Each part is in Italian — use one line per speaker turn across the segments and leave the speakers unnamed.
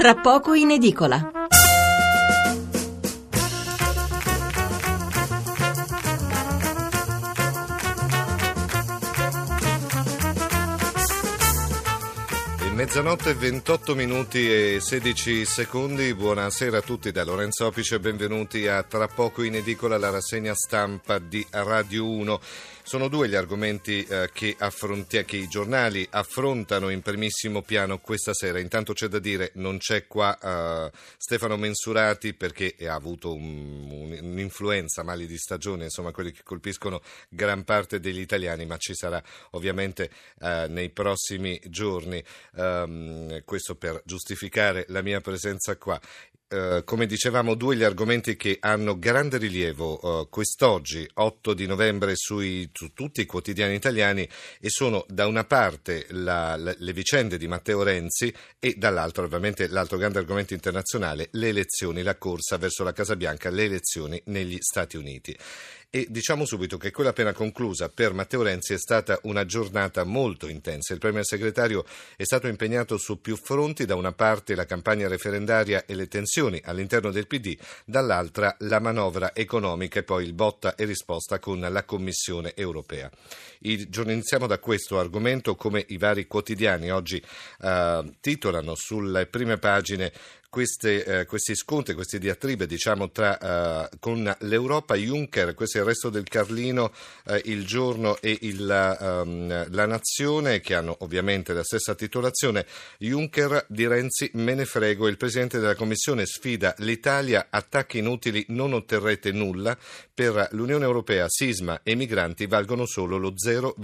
Tra poco in edicola.
Mezzanotte 28 minuti e 16 secondi. Buonasera a tutti da Lorenzo Opice e benvenuti a Tra poco in edicola, la rassegna stampa di Radio 1. Sono due gli argomenti che i giornali affrontano in primissimo piano questa sera. Intanto c'è da dire, non c'è qua Stefano Mensurati perché ha avuto un'influenza, mali di stagione, insomma quelli che colpiscono gran parte degli italiani, ma ci sarà ovviamente nei prossimi giorni. Questo per giustificare la mia presenza qua. Come dicevamo, due gli argomenti che hanno grande rilievo quest'oggi, 8 di novembre, su tutti i quotidiani italiani, e sono da una parte le vicende di Matteo Renzi e dall'altra ovviamente l'altro grande argomento internazionale, le elezioni, la corsa verso la Casa Bianca, le elezioni negli Stati Uniti. E diciamo subito che quella appena conclusa per Matteo Renzi è stata una giornata molto intensa. Il premier segretario è stato impegnato su più fronti: da una parte la campagna referendaria e le tensioni all'interno del PD, dall'altra la manovra economica e poi il botta e risposta con la Commissione europea. Iniziamo da questo argomento, come i vari quotidiani oggi titolano sulle prime pagine questi scontri, queste diatribe, diciamo, con l'Europa. Juncker, questo è il Resto del Carlino, Il Giorno e La Nazione, che hanno ovviamente la stessa titolazione. Juncker: di Renzi me ne frego, il Presidente della Commissione sfida l'Italia, attacchi inutili, non otterrete nulla. Per l'Unione Europea sisma e migranti valgono solo lo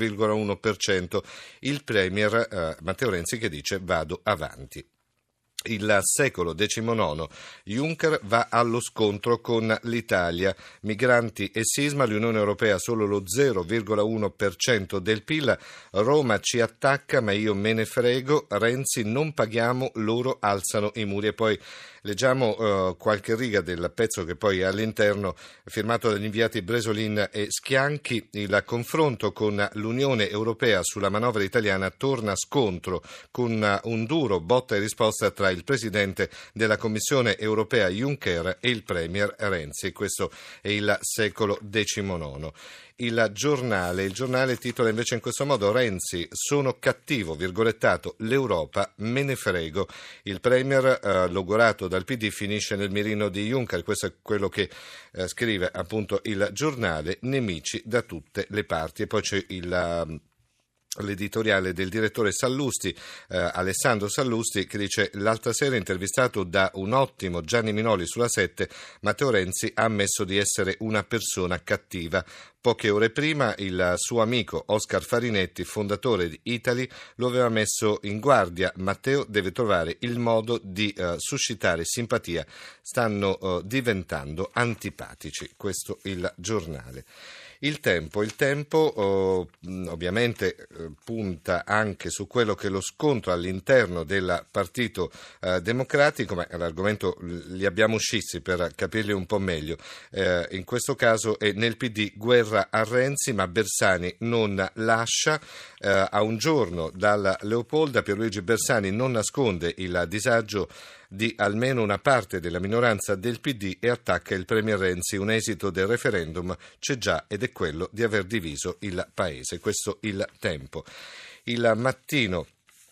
0,1%. Il Premier Matteo Renzi che dice vado avanti. Il Secolo, 19, Juncker va allo scontro con l'Italia, migranti e sisma, l'Unione Europea solo lo 0,1% del PIL, Roma ci attacca ma io me ne frego, Renzi non paghiamo, loro alzano i muri. E poi leggiamo qualche riga del pezzo che poi è all'interno, firmato dagli inviati Bresolin e Schianchi. Il confronto con l'Unione Europea sulla manovra italiana torna scontro con un duro botta e risposta tra il Presidente della Commissione Europea Juncker e il Premier Renzi. Questo è il Secolo, 19. Il giornale titola invece in questo modo: Renzi, sono cattivo, virgolettato, l'Europa me ne frego. Il Premier logorato dal PD finisce nel mirino di Juncker. Questo è quello che scrive appunto il giornale, nemici da tutte le parti. E poi c'è l'editoriale del direttore Sallusti, Alessandro Sallusti, che dice: l'altra sera, intervistato da un ottimo Gianni Minoli sulla 7, Matteo Renzi ha ammesso di essere una persona cattiva. Poche ore prima il suo amico Oscar Farinetti, fondatore di Italy, lo aveva messo in guardia: Matteo deve trovare il modo di suscitare simpatia, stanno diventando antipatici. Questo il giornale. Il Tempo ovviamente punta anche su quello che è lo scontro all'interno del Partito Democratico, ma l'argomento li abbiamo scissi per capirli un po' meglio. In questo caso è nel PD guerra a Renzi, ma Bersani non lascia. A un giorno dalla Leopolda, Pierluigi Bersani non nasconde il disagio di almeno una parte della minoranza del PD e attacca il Premier Renzi. Un esito del referendum c'è già ed è quello di aver diviso il Paese. Questo il Tempo. Il Mattino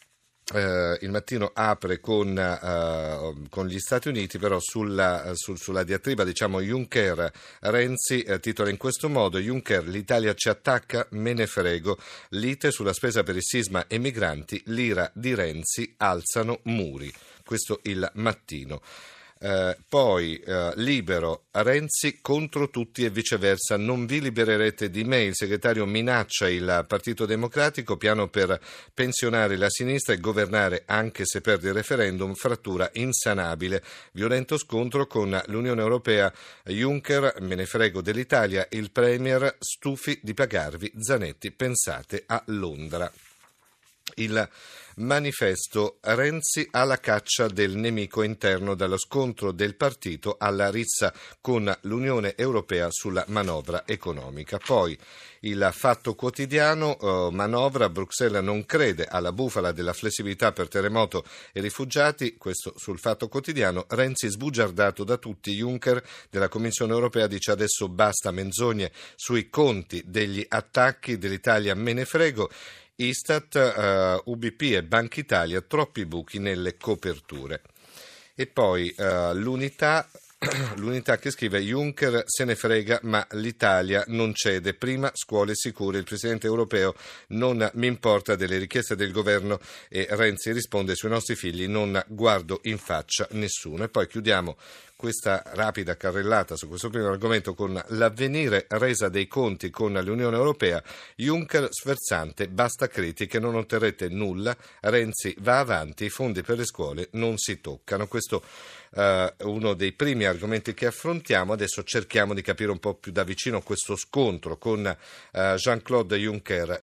apre con gli Stati Uniti, però sulla diatriba, diciamo, Juncker-Renzi, titola in questo modo: Juncker, l'Italia ci attacca, me ne frego, lite sulla spesa per il sisma e migranti, l'ira di Renzi, alzano muri. Questo il Mattino. Poi Libero: Renzi contro tutti e viceversa, non vi libererete di me. Il segretario minaccia il Partito Democratico, piano per pensionare la sinistra e governare anche se perde il referendum, frattura insanabile, violento scontro con l'Unione Europea. Juncker, me ne frego dell'Italia, il Premier, stufi di pagarvi, Zanetti, pensate a Londra. Il manifesto: Renzi alla caccia del nemico interno, dallo scontro del partito alla rissa con l'Unione Europea sulla manovra economica. Poi il Fatto Quotidiano, manovra, Bruxelles non crede alla bufala della flessibilità per terremoto e rifugiati, questo sul Fatto Quotidiano. Renzi sbugiardato da tutti, Juncker della Commissione Europea dice adesso basta menzogne sui conti degli attacchi, dell'Italia me ne frego. Istat, UBP e Banca Italia, troppi buchi nelle coperture. E poi l'unità che scrive: Juncker se ne frega ma l'Italia non cede, prima scuole sicure, il presidente europeo non mi importa delle richieste del governo, e Renzi risponde: sui nostri figli non guardo in faccia nessuno. E poi chiudiamo questa rapida carrellata su questo primo argomento con l'Avvenire, resa dei conti con l'Unione Europea, Juncker sferzante, basta critiche, non otterrete nulla, Renzi va avanti, i fondi per le scuole non si toccano. Questo uno dei primi argomenti che affrontiamo. Adesso cerchiamo di capire un po' più da vicino questo scontro con Jean-Claude Juncker